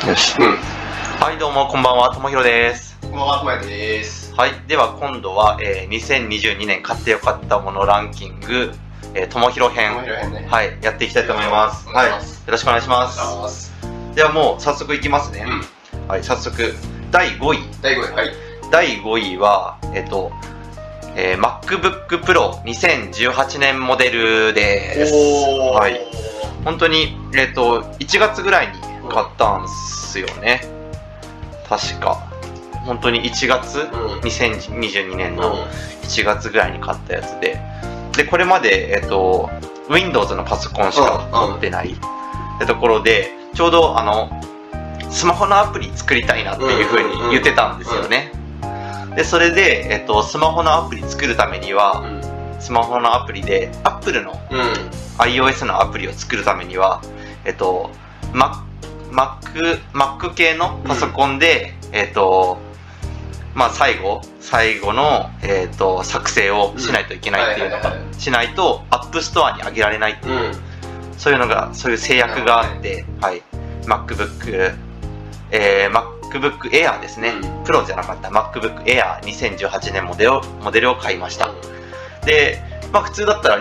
よし。はい、どうもこんばんは、ともひろです。 こんばんは、ともやです。 はい、では今度は、2022年買ってよかったものランキング、ともひろ編、 ね、 はい、やっていきたいと思います。はい、よろしくお願いします。ではもう早速いきますね。はい、早速第5位。 第5位、はい。 第5位はMacBook Pro 2018年モデルです。はい。本当に1月ぐらいに買ったんすよね。確か本当に1月、2022年の1月ぐらいに買ったやつで、これまでWindows のパソコンしか持ってないってところで、ちょうどスマホのアプリ作りたいなっていう風に言ってたんですよね。でそれで、スマホのアプリ作るためには、スマホのアプリで Apple の、iOS のアプリを作るためには、Mac 系のパソコンで、まあ、最後の、作成をしないといけないっていうのが、しないと App Store に上げられないっていう、そういう制約があって、はい、MacBook Air ですね、プロじゃなかった MacBook Air 2018年モデルを買いました。で、まあ、普通だったら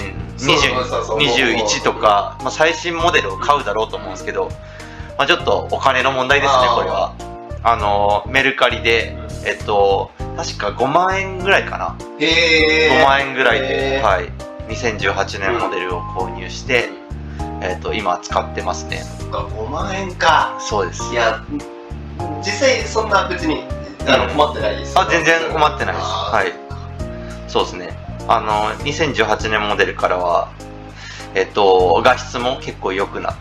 2021とか、まあ、最新モデルを買うだろうと思うんですけど、まあ、ちょっとお金の問題ですね、これは。メルカリで、確か5万円ぐらいかな。5万円ぐらいで、はい、2018年モデルを購入して、今使ってますね。 5万円か。 そうです。 いや、実際そんな別に困ってないです。 全然困ってないです。はい。そうですね。2018年モデルからは、画質も結構良くなって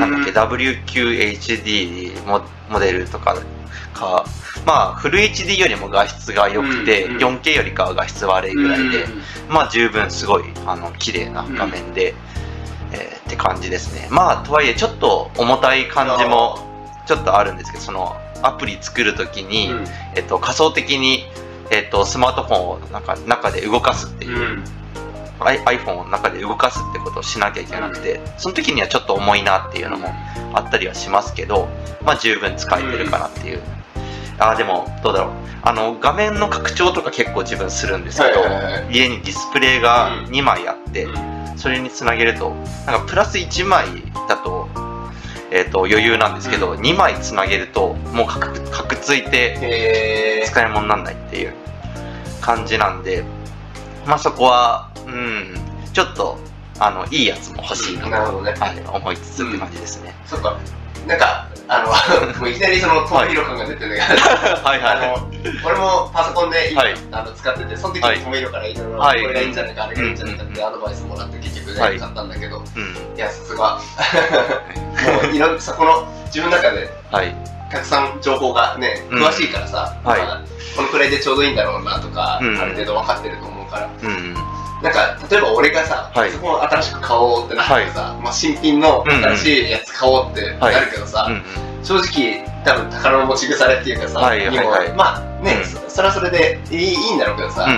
、WQHD モデルとかまあフル HD よりも画質が良くて、4K よりかは画質悪いぐらいで、まあ十分すごい綺麗な画面で、って感じですね。まあとはいえちょっと重たい感じもちょっとあるんですけど、そのアプリ作るときに、仮想的にスマートフォンを中で動かすっていう、iPhone を中で動かすってことをしなきゃいけなくて、その時にはちょっと重いなっていうのもあったりはしますけど、まあ十分使えてるかなっていう。でもどうだろう、画面の拡張とか結構自分するんですけど、家にディスプレイが2枚あって、それにつなげるとプラス1枚だと余裕なんですけど、2枚つなげるともうカクついて使い物にならないっていう感じなんで、まあそこはちょっといいやつも欲しいなと、思いつつって感じですね。 そうか、もういきなりそのともひろ感が出てるんだけど、俺もパソコンで今使ってて、その時にともひろからいろいろこれがいいんじゃないかあれがいいんじゃないかってアドバイスもらって結局ね買ったんだけど、いやさすがもういろんなそこの自分の中でたくさん情報がね詳しいからさ、このくらいでちょうどいいんだろうなとかある程度分かってると思うから。例えば俺がさ、パソコン新しく買おうってなってさ、新品の新しいやつ買おうってなるけどさ、正直多分宝の持ち腐れっていうかさ、まあね、それはそれでいいんだろうけどさ、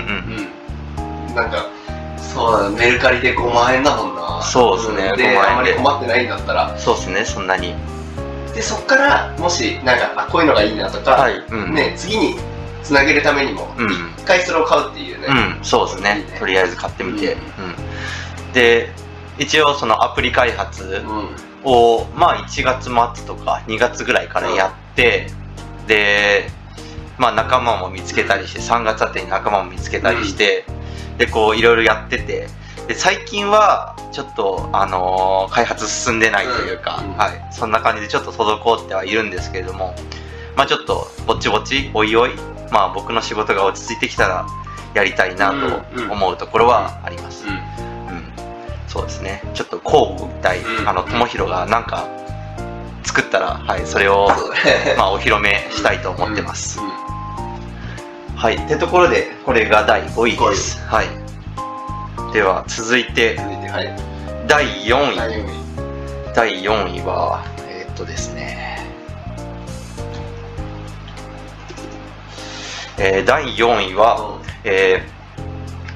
そうだ、メルカリで5万円だもんな。 そうですね、 であんまり困ってないんだったら、 そうですね、そんなに。 でそっからもしこういうのがいいなとか、次につなげるためにも一回それを買うっていうね。 そうですね、とりあえず買ってみて、で一応そのアプリ開発をまあ1月末とか2月ぐらいからやって、でまあ仲間も見つけたりして、3月あたりに仲間も見つけたりして、でこういろいろやってて、で最近はちょっと開発進んでないというか、そんな感じでちょっと滞ってはいるんですけれども、まあちょっとぼちぼちおいおい、まあ僕の仕事が落ち着いてきたらやりたいなと思うところはあります。そうですね、ちょっと交互期待、ともひろがなんか作ったら、それをまあお披露目したいと思ってます。はい、ってところでこれが第5位です。では続いて第4位。第4位はですね、第4位は、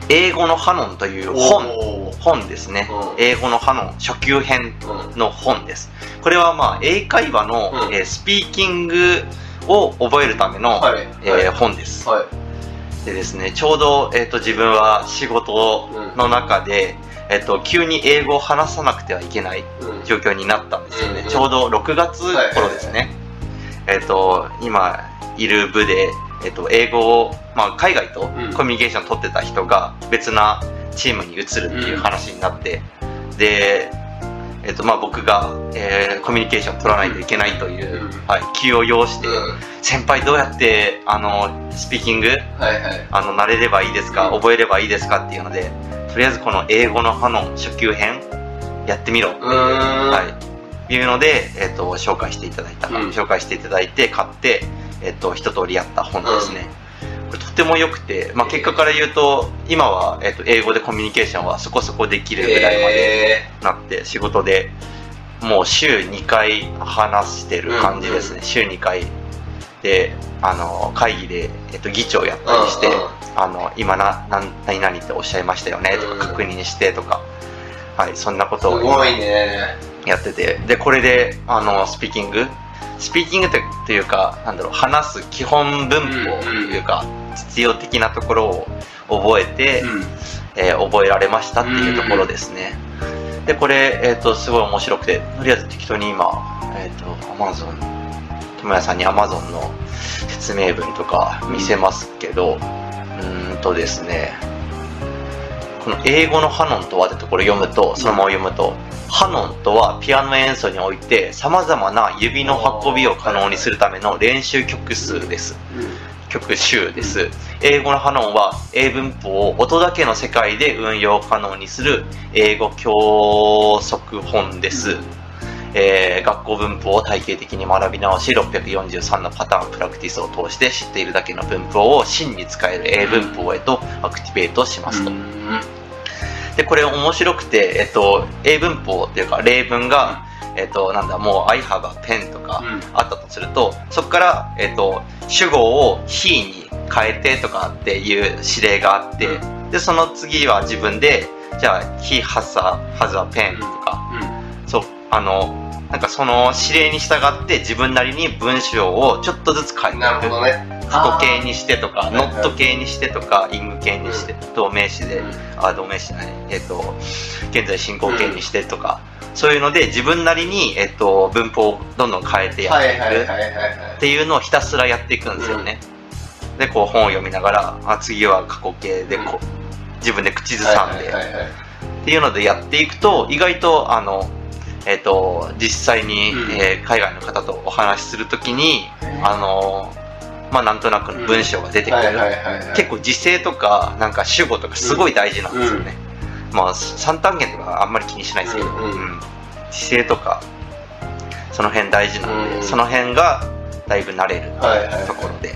英語のハノンという本ですね。英語のハノン初級編の本です。これはまあ英会話の、スピーキングを覚えるための、本です。でですね、ちょうど、自分は仕事の中で、急に英語を話さなくてはいけない状況になったんですよね。ちょうど6月頃ですね。今いる部で、英語を、まあ、海外とコミュニケーション取ってた人が別なチームに移るっていう話になって、で、まあ、僕が、コミュニケーション取らないといけないという、気を要して、先輩どうやってスピーキング、慣れればいいですか、覚えればいいですかっていうので、とりあえずこの英語のハノン初級編やってみろっていうので、紹介していただいて買って、一通りやった本ですね。これとても良くて、まあ、結果から言うと今は、英語でコミュニケーションはそこそこできるぐらいまでなって、仕事でもう週2回話してる感じですね。週2回で会議で、議長やったりして、今何々っておっしゃいましたよねとか確認してとか、そんなことをやってて、でこれでスピーキングというか、なんだろう、話す基本文法というか、実用的なところを覚えて、覚えられましたっていうところですね。でこれ、すごい面白くて、とりあえず適当に今、Amazon、友也さんに Amazon の説明文とか見せますけど、ですね、この英語のハノンとはってところを読むと、そのまま読むと、ハノンとはピアノ演奏において様々な指の運びを可能にするための練習曲数です。曲集です。英語のハノンは英文法を音だけの世界で運用可能にする英語教則本です。学校文法を体系的に学び直し、643のパターンプラクティスを通して知っているだけの文法を真に使える英文法へとアクティベートしますと。でこれ面白くて、英文法っていうか例文が、なんだ、もう I have a pen とかあったとすると、そこから、主語を he に変えてとかっていう指令があって、でその次は自分で、じゃあ he has a pen とか、そうなんかその指令に従って自分なりに文章をちょっとずつ変えていく。 なるほどね。 過去形にしてとか、ノット形にしてとか、イング形にして、動名詞で、動名詞じゃない、現在進行形にしてとか、そういうので自分なりに、文法をどんどん変えてやっていくっていうのをひたすらやっていくんですよね。でこう本を読みながら、次は過去形でこう自分で口ずさんでっていうのでやっていくと、意外と実際に、海外の方とお話しするときにまあなんとなくの文章が出てくる。結構時制とかなんか主語とかすごい大事なんですよね。まあ三単元とかあんまり気にしないですけど、時制とかその辺大事なので、その辺がだいぶ慣れるところで、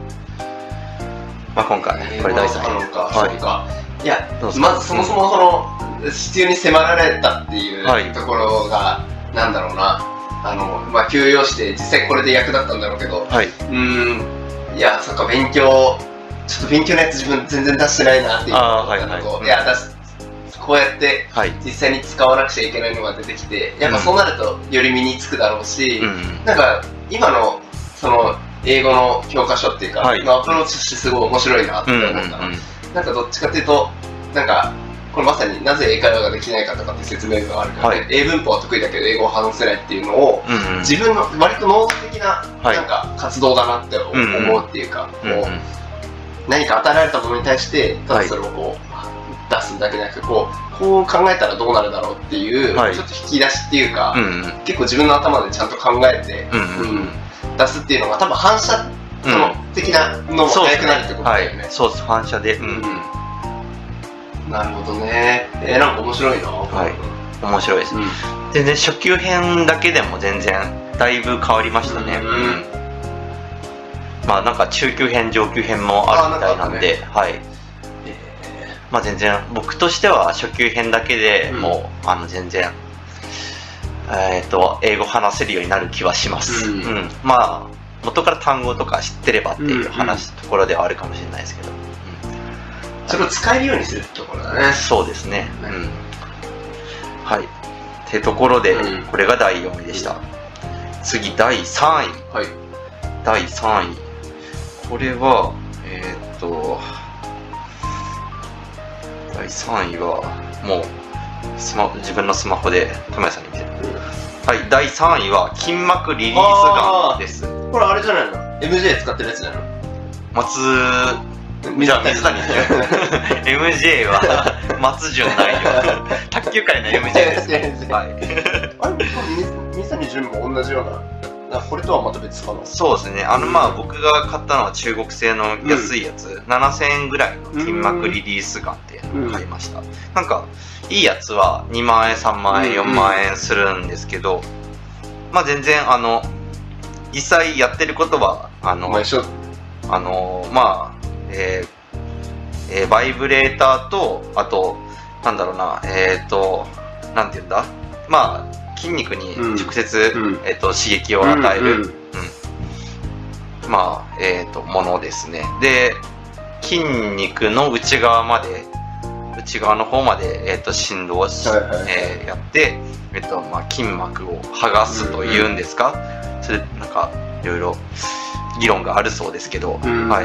まあ今回これ第3 弾。いや、まずそもそもその必要に迫られたっていうところが、なんだろうな、まあ休養して実際これで役立ったんだろうけど、いや、そっか、ちょっと勉強のやつ自分全然出してないなっていうのと、いや、こうやって実際に使わなくちゃいけないのが出てきて、やっぱそうなるとより身につくだろうし、なんか今のその英語の教科書っていうか、アプローチとしてすごい面白いなって思った。なんかどっちかっていうと、なんかこれまさになぜ英会話ができないかとかって説明があるからね、英文法は得意だけど英語を話せないっていうのを、自分の割と能動的ななんか活動だなって思うっていうか、何か与えられたものに対してただそれをこう出すだけじゃなくて、こう考えたらどうなるだろうっていう、ちょっと引き出しっていうか、結構自分の頭でちゃんと考えて出すっていうのが多分反射的なのも早くなるってことだよね。 そうです、反射で。 なるほどね。なんか面白いな。 面白いです。全然初級編だけでも全然だいぶ変わりましたね。まあなんか中級編上級編もあるみたいなんで、まあ全然僕としては初級編だけでもう全然英語話せるようになる気はします。まあ元から単語とか知ってればっていうところではあるかもしれないですけど。 それを使えるようにするってところだね。 そうですね。はい。ってところで、これが第4位でした。次、第3位。 はい。 第3位。これは、第3位は、もう、自分のスマホで、トメさんに見せる。はい、第3位は、筋膜リリースガンです。 これあれじゃないの ?MJ 使ってるやつじゃないの？ じゃあ水谷じゃん。MJ は松潤ないよ。卓球界の MJ です。はい。 あれ、水谷潤も同じような、これとはまた別かな？ そうですね。僕が買ったのは中国製の安いやつ、7000円ぐらいの筋膜リリースガンっていうのを買いました。なんか、いいやつは2万円、3万円、4万円するんですけど、まあ全然、実際やってることは、バイブレーターと、あと、なんだろうな、なんていうんだ、まあ、筋肉に直接、刺激を与える、まあ、ものですね。で、筋肉の内側の方まで、振動をやって、まあ、筋膜を剥がすというんですか、それ、なんか、いろいろ議論があるそうですけど、はい。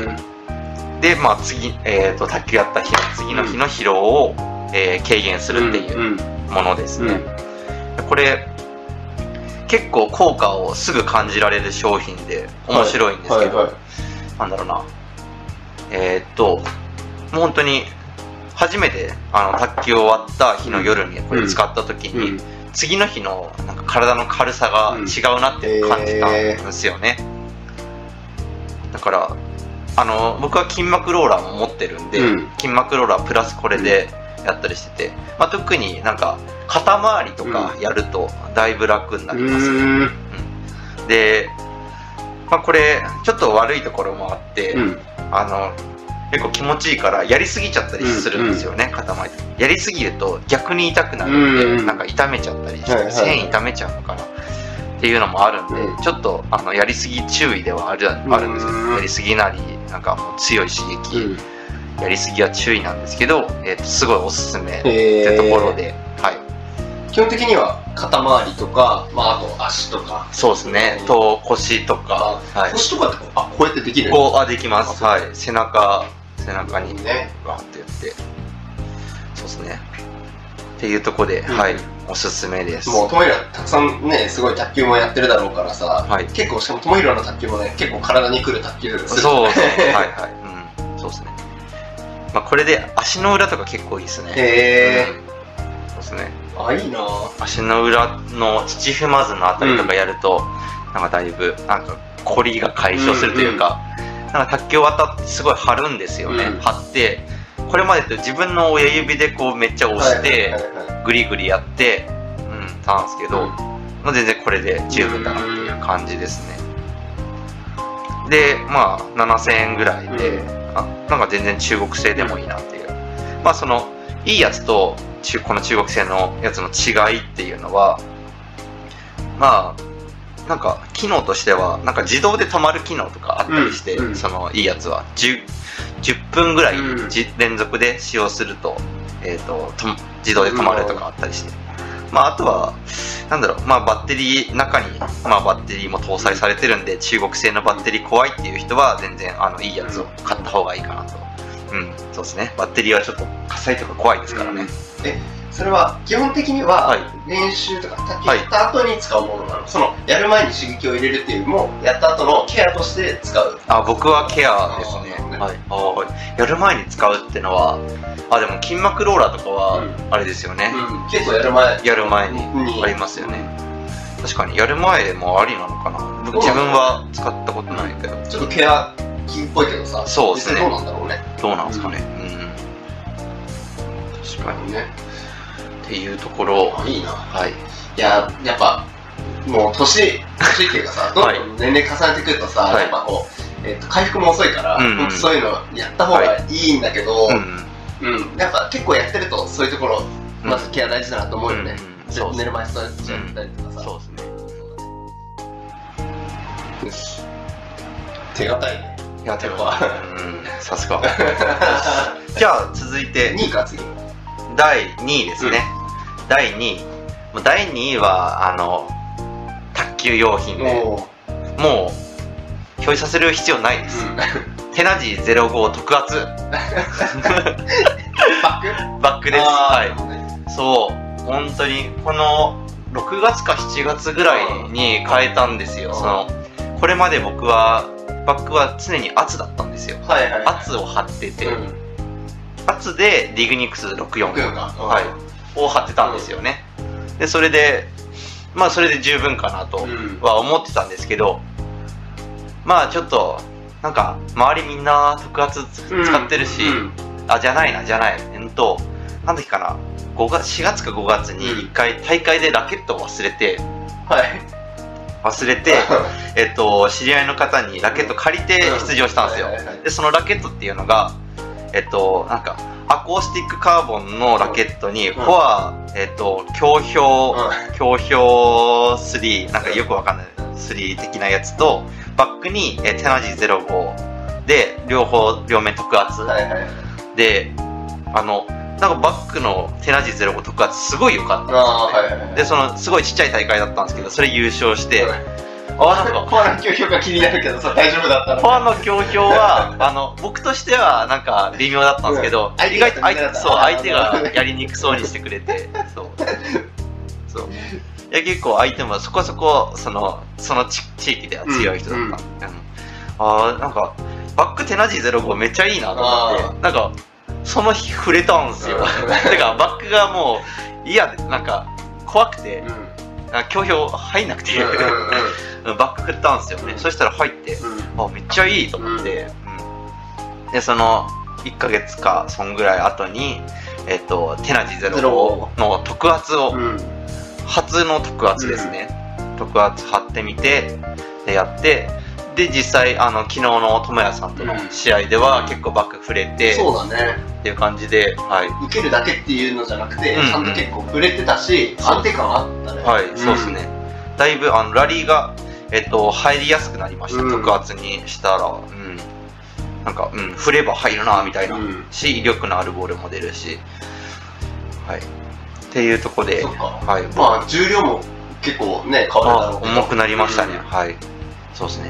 で、まあ、卓球やった日の次の日の疲労を、軽減するっていうものですね。これ、結構効果をすぐ感じられる商品で面白いんですけど、なんだろうな。もう本当に、初めて卓球終わった日の夜にこれ使った時に、次の日のなんか体の軽さが違うなって感じたんですよね。だから僕は筋膜ローラーも持ってるんで、筋膜ローラープラスこれでやったりしてて、まあ、特になんか肩周りとかやるとだいぶ楽になりますね。で、まあ、これちょっと悪いところもあって、結構気持ちいいからやりすぎちゃったりするんですよね、肩周り。やりすぎると逆に痛くなるんで、なんか痛めちゃったりして、繊維痛めちゃうのかなっていうのもあるんで、ちょっとやりすぎ注意ではあるんですけど、やりすぎなりなんかもう強い刺激、やりすぎは注意なんですけど、すごいおすすめってところで、はい。 基本的には肩周りとか、まあ、あと足とか。 そうですね。と腰とか。 腰とかってこうやってできる？ できます。はい。背中にね、バーってやって。そうですね。っていうところで、はい、おすすめです。 もう、ともひろたくさんね、すごい卓球もやってるだろうからさ、結構、しかもともひろの卓球もね、結構体にくる卓球する。 そうですね。はいはい。そうですね。まあ、これで足の裏とか結構いいですね。そうですね。 いいな足の裏の土踏まずのあたりとかやると、なんかだいぶ、なんか、凝りが解消するというか、なんか卓球終わったってすごい張るんですよね。張って、これまでと自分の親指でこうめっちゃ押して、グリグリやって、たんですけど、まあ、全然これで十分だなっていう感じですね。で、まあ、7000円ぐらいで、なんか全然中国製でもいいなっていう。まあ、いいやつと、この中国製のやつの違いっていうのは、まあ、なんか機能としてはなんか自動で止まる機能とかあったりして、いいやつは10分ぐらい連続で使用すると、自動で止まるとかあったりして、まあ、あとはなんだろう、まあ、バッテリー中に、まあ、バッテリーも搭載されてるんで、中国製のバッテリー怖いっていう人は全然いいやつを買った方がいいかなと。そうですね。バッテリーはちょっと火災とか怖いですからね。 それは基本的には練習とか卓球やった後に使うものなの？やる前に刺激を入れるっていうよりも、やった後のケアとして使う？ 僕はケアですね。やる前に使うってのは、でも筋膜ローラーとかはあれですよね。 結構やる前にありますよね。確かにやる前もありなのかな。僕自分は使ったことないけど。 ちょっとケア気っぽいけどさ。 そうですね。 どうなんだろうね。 どうなんですかね。確かにね。っていうところ。 いいな。はい。いや、やっぱ、もう年っていうかさ、どんどん年齢重ねてくるとさ、やっぱこう、回復も遅いから、そういうのやった方がいいんだけど、やっぱ結構やってると、そういうところ、まずケア大事だなと思うよね。寝る前そうやったりとかさ。 そうですね。 よし。手堅いね。 いや、手堅い。さすが。 じゃあ続いて 2位か次第2位ですね、第2位。第2位は卓球用品でもう表示させる必要ないです、テナジー05特厚バッグです。はい、そう本当にこの6月か7月ぐらいに変えたんですよ。これまで僕はバッグは常に圧だったんですよ。圧を貼ってて、圧でディグニクス64、を貼ってたんですよね。でそれでそれで十分かなとは思ってたんですけど、ちょっとなんか周りみんな特厚使ってるし、じゃないなん時かな、4月か5月に1回大会でラケットを忘れて知り合いの方にラケット借りて出場したんですよ。でそのラケットっていうのがなんかアコースティックカーボンのラケットにフォア強氷3なんかよくわかんない3的なやつと、バックにテナジー05で両面特厚で、なんかバックのテナジー05特厚すごい良かったんですよね。ですごいちっちゃい大会だったんですけど、それ優勝して、 フォアの強氷が気になるけどさ、大丈夫だったの？ フォアの強氷は僕としてはなんか微妙だったんですけど、意外と相手がやりにくそうにしてくれて、そういや結構相手もそこそこその地域では強い人だったんで、なんかバックテナジー05めっちゃいいなと思って、なんかその日触れたんですよ。てかバックがもう嫌でなんか怖くて、強氷入んなくてバック振ったんですよね。そしたら入って、めっちゃいいと思って、でその1ヶ月かそんぐらい後にテナジー05の特厚を、初の特厚ですね、特厚貼ってみてでやって、で実際昨日の智也さんとの試合では結構バック触れて、 そうだねっていう感じで、 受けるだけっていうのじゃなくて、ちゃんと結構触れてたし、安定感あったね。 そうですね。だいぶラリーが入りやすくなりました。特厚にしたら、なんか振れば入るなみたいなし、威力のあるボールも出るし、っていうところで、 重量も結構ね変わるだろうけど、 重くなりましたね。そうですね。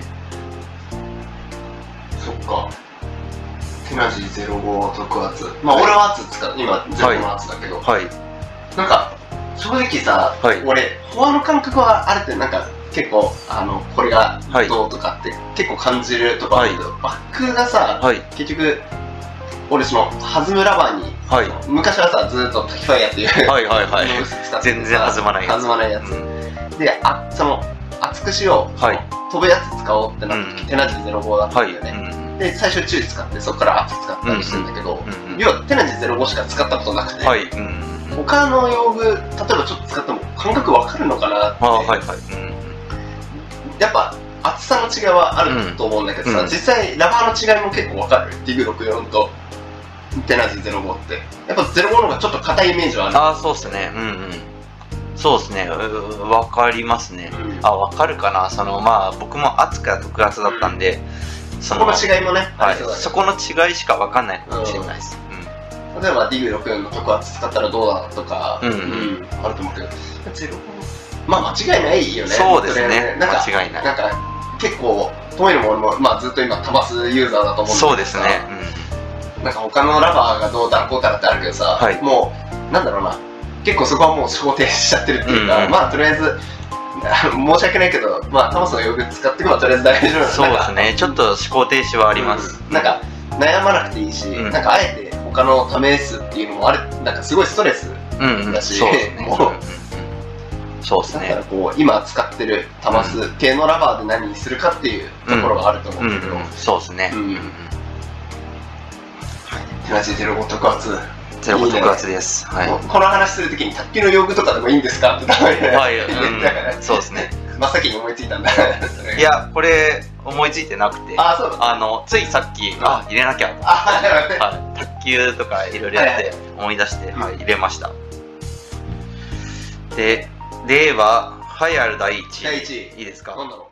そっか。テナジー05特厚。俺は厚使う、今05の厚だけど、なんか正直さ、俺フォアの感覚はあるってなんか結構これがどうとかって結構感じるとこあるけど、バックがさ、結局俺その弾むラバーに、昔はさずっとタキファイヤーっていうのを使って全然弾まないやつで、その厚くしよう、飛ぶやつ使おうってなった時、テナジー05だったんだよね。で最初中使ってそこから厚使ったりしてるんだけど、要はテナジー05しか使ったことなくて、他の用具例えばちょっと使っても感覚わかるのかなって、やっぱ厚さの違いはあると思うんだけどさ、実際ラバーの違いも結構わかる。ディグ64とテナジー05ってやっぱ05の方がちょっと硬いイメージはある。 そうっすね。そうですね、わかりますね。わかるかな。僕も厚から特厚だったんで、 そこの違いもね、 そこの違いしかわかんないかもしれないです。 例えば DV64 の特厚使ったらどうだとかあると思うけど、間違いないよね。 そうですね、間違いない。 なんか結構遠いのも俺もずっと今タマスユーザーだと思うんだけど、 そうですね。 なんか他のラバーがどうだらこうだらってあるけどさ、もうなんだろうな、結構そこはもう思考停止しちゃってるっていうか、とりあえず申し訳ないけど、タマスの用具使っていけばとりあえず大丈夫。 そうですね、ちょっと思考停止はあります。 なんか悩まなくていいし、なんかあえて他の試すっていうのもなんかすごいストレスだし、 そうですね。 だからこう今使ってるタマス系のラバーで何にするかっていうところがあると思うけど、 そうですね。 テナジー05特厚。 05特厚です。 この話するときに卓球の用具とかでもいいんですかってそうですね。 真っ先に思いついたんだ。 いや、これ思いついてなくて、ついさっき入れなきゃと、卓球とかいろいろやって思い出して入れました。では栄えある第1位いいですか。 なんだろう。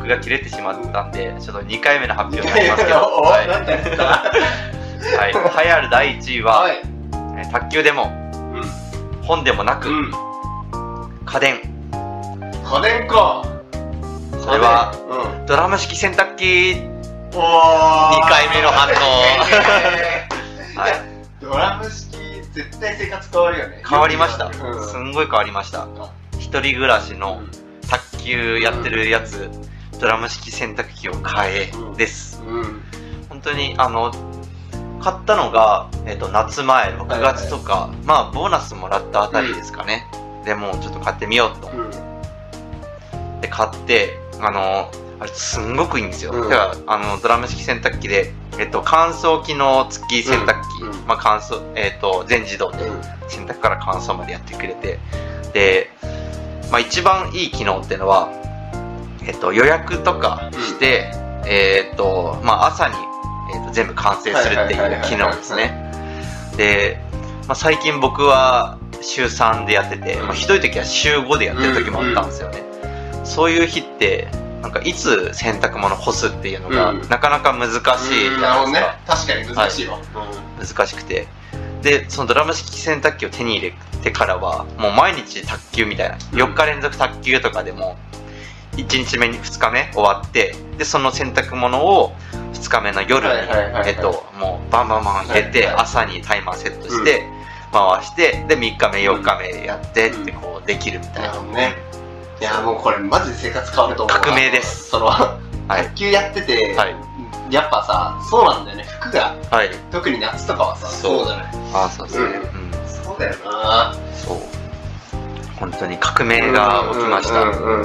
枠が切れてしまったんで、ちょっと2回目の発表になりますけど、はい、 何ですか？ はい、栄えある第1位は、はい、卓球でも、本でもなく、家電。 家電か。 それは、ドラム式洗濯機。2回目の反応。 はい、ドラム式絶対生活変わるよね。 変わりました。すんごい変わりました。一人暮らしの卓球やってるやつ、ドラム式洗濯機を買えです。本当に買ったのが、夏前6月とか、まあボーナスもらったあたりですかね。でもうちょっと買ってみようと思って、で買ってあれすんごくいいんですよ。だからドラム式洗濯機で乾燥機能付き洗濯機、まあ乾燥全自動で洗濯から乾燥までやってくれて、で、まあ一番いい機能っていうのは予約とかして、まあ朝に全部完成するっていう機能ですね。で、まあ、最近僕は週3でやってて、まあ、ひどい時は週5でやってる時もあったんですよね。そういう日ってなんかいつ洗濯物干すっていうのがなかなか難しいじゃないですか。 なるほどね。確かに難しいわ。 難しくて、でそのドラム式洗濯機を手に入れてからはもう毎日卓球みたいな、4日連続卓球とかでも1日目に2日目終わって、でその洗濯物を2日目の夜にもうバンバンバン入れて、朝にタイマーセットして回して、で3日目4日目やってってこうできるみたいな。 いやもうこれマジで生活変わると思う。 革命です。 卓球やっててやっぱさ、そうなんだよね。服が特に夏とかはさ、そうじゃない。 あ、そうですね。 そうだよな。 そう、本当に革命が起きました。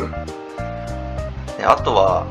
あとは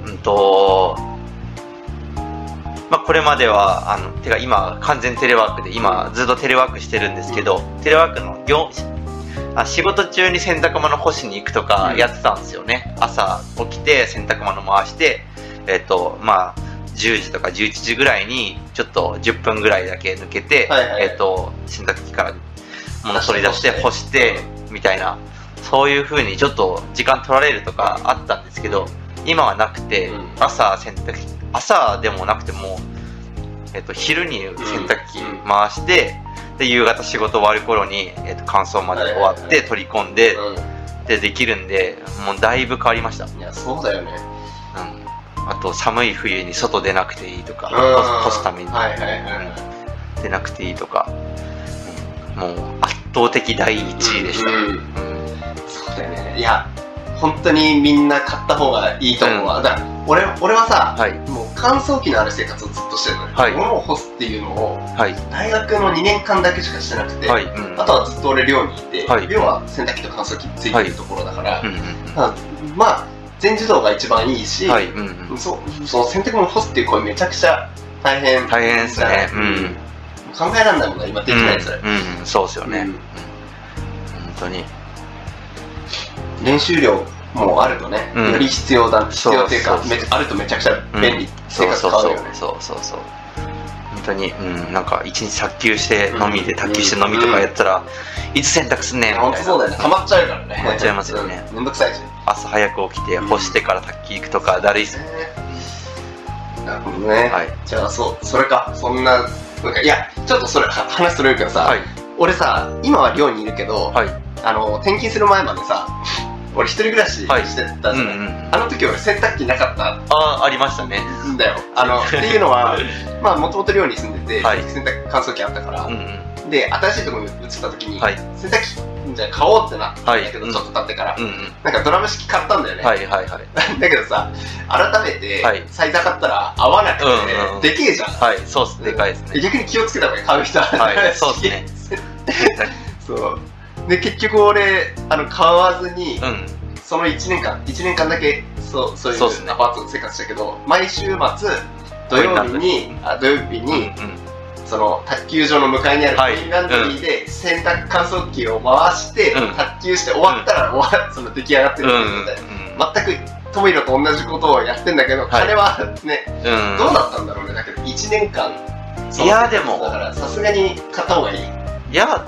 まあこれまではてか今完全テレワークで、今ずっとテレワークしてるんですけど、テレワークの仕事中に洗濯物干しに行くとかやってたんですよね。朝起きて洗濯物回して、まあ10時とか11時ぐらいにちょっと10分ぐらいだけ抜けて、洗濯機から物取り出して干してみたいな、そういう風にちょっと時間取られるとかあったんですけど、今はなくて、朝でもなくても、昼に洗濯機回して、で夕方仕事終わる頃に、乾燥まで終わって取り込んで、できるんで、もうだいぶ変わりました。 いやそうだよね。 あと寒い冬に外出なくていいとか、干すために出なくていいとか、もう圧倒的第1位でした。 そうだよね。いや本当にみんな買った方がいいと思うわ。だから俺はさ、もう乾燥機のある生活をずっとしてるのよ。物を干すっていうのを大学の2年間だけしかしてなくて、あとはずっと俺寮にいて、寮は洗濯機と乾燥機ついてるところだから、まあ全自動が一番いいし、その洗濯物干すっていう行為めちゃくちゃ大変ですね。 考えられないもんな、今できないそれ。 そうですよね。本当に練習量もあるとね、より必要っていうか、あるとめちゃくちゃ便利、生活変わるよね。 そう本当に、なんか一日卓球して飲みで、卓球して飲みとかやったら、いつ洗濯すんねんみたいな。 本当そうだよね。溜まっちゃうからね。 溜まっちゃいますよね。 めんどくさいし。 朝早く起きて干してから卓球行くとかだるいっすね。 なるほどね。じゃあそれか、そんな、いやちょっとそれ話それるけどさ、俺さ今は寮にいるけど、転勤する前までさ、俺一人暮らししてたじゃない。あの時俺洗濯機なかった。 ありましたね。 だよ。っていうのはまあもともと寮に住んでて、洗濯乾燥機あったから、で新しいところに移った時に洗濯機じゃあ買おうってなったんだけど、ちょっと経ってからなんかドラム式買ったんだよね。だけどさ、改めてサイズ測ったら合わなくてでけえじゃん。 そうっす、でかいですね。 逆に気をつけた方がいい、買う人は。 そうっすね。 そうで結局俺買わずに、その1年間だけそういうアパート生活したけど、毎週末土曜日にその卓球場の向かいにあるコインランドリーで洗濯乾燥機を回して卓球して終わったらその出来上がってるみたいな、全くトモヒロと同じことをやってんだけど、彼はねどうだったんだろうね。だけど1年間いやでもだからさすがに買った方がいい。 いや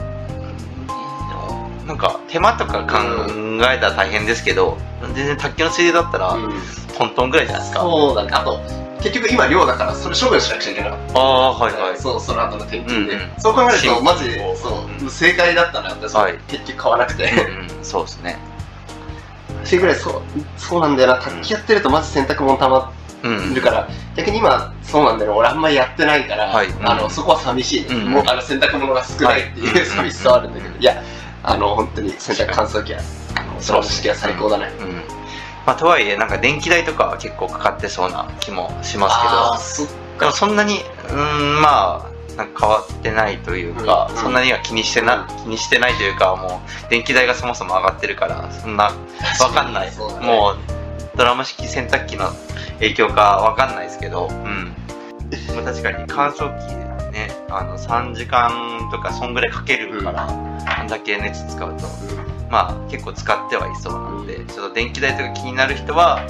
なんか手間とか考えたら大変ですけど、全然卓球のついでだったら、 トントンぐらいじゃないですか。 そうだね。あと結局今寮だからそれ処分しなくちゃいけなかった。 ああ、はいはい。 そう、その後の転勤で、そう考えるとマジでそう正解だったなって、結局買わなくて、 そうですね。 それぐらいそうなんだよな。卓球やってるとまず洗濯物たまるから、逆に今そうなんだよ。俺あんまりやってないから、そこは寂しい。もう洗濯物が少ないっていう寂しさはあるんだけど、いや本当に洗濯乾燥機はその式は最高だね。 まあとはいえなんか電気代とかは結構かかってそうな気もしますけど、でもそんなにまあなんか変わってないというか、そんなには気にしてないというか、もう電気代がそもそも上がってるからそんなわかんない。もうドラム式洗濯機の影響かわかんないですけど、まあ確かに乾燥機でね3時間とかそんぐらいかけるから、あんだけ熱使うと。まあ結構使ってはいそうなので、ちょっと電気代とか気になる人は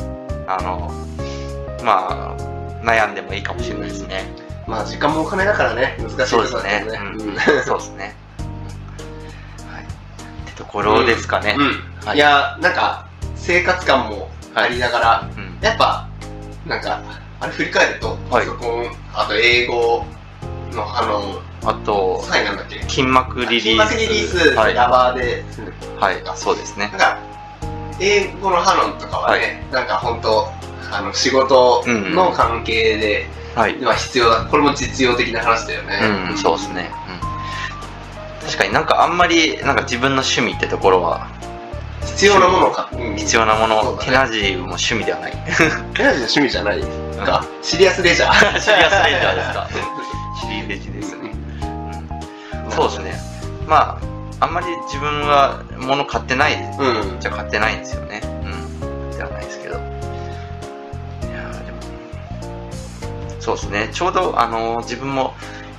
まあ悩んでもいいかもしれないですね。 まあ時間もお金だからね、難しいですね。 そうですね。そうですね。はい。ってところですかね。 いやなんか生活感もありながら、やっぱなんかあれ振り返るとパソコン、あと英語のあと筋膜リリースラバーで、 はい、そうですね。 なんか英語のハノンとかはね、なんか本当仕事の関係で今必要だ。これも実用的な話だよね。 そうですね。確かになんかあんまりなんか自分の趣味ってところは必要なものか。 必要なもの。テナジーも趣味ではない。 テナジーの趣味じゃないか。シリアスレジャー。 シリアスレジャーですか。シリレジですね。そうですね。まああんまり自分は物買ってないじゃ買ってないんですよね。ではないですけど。いやでもそうですね。ちょうど自分も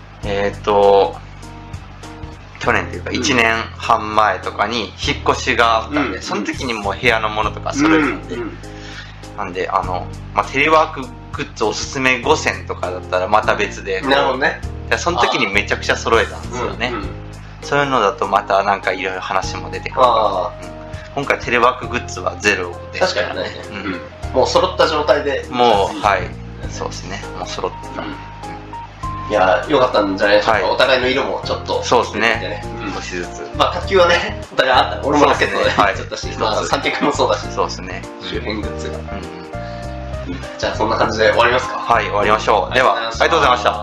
去年というか1年半前とかに引っ越しがあったんで、その時にもう部屋のものとか揃えたんで、なんでテレワークグッズおすすめ5選とかだったらまた別で、 なるほどね。 その時にめちゃくちゃ揃えたんですよね。そういうのだとまたなんかいろいろ話も出てくるから、今回テレワークグッズはゼロで、 確かにね、もう揃った状態で、 もうはい、そうですね、もう揃ってた。 いや良かったんじゃないでしょうか。お互いの色もちょっとそうですね、少しずつ。 まあ卓球はねお互いあった。俺もラケットでちょっとし、三脚もそうだし、 そうですね、 周辺グッズが。じゃあそんな感じで終わりますか。 はい、終わりましょう。ではありがとうございました。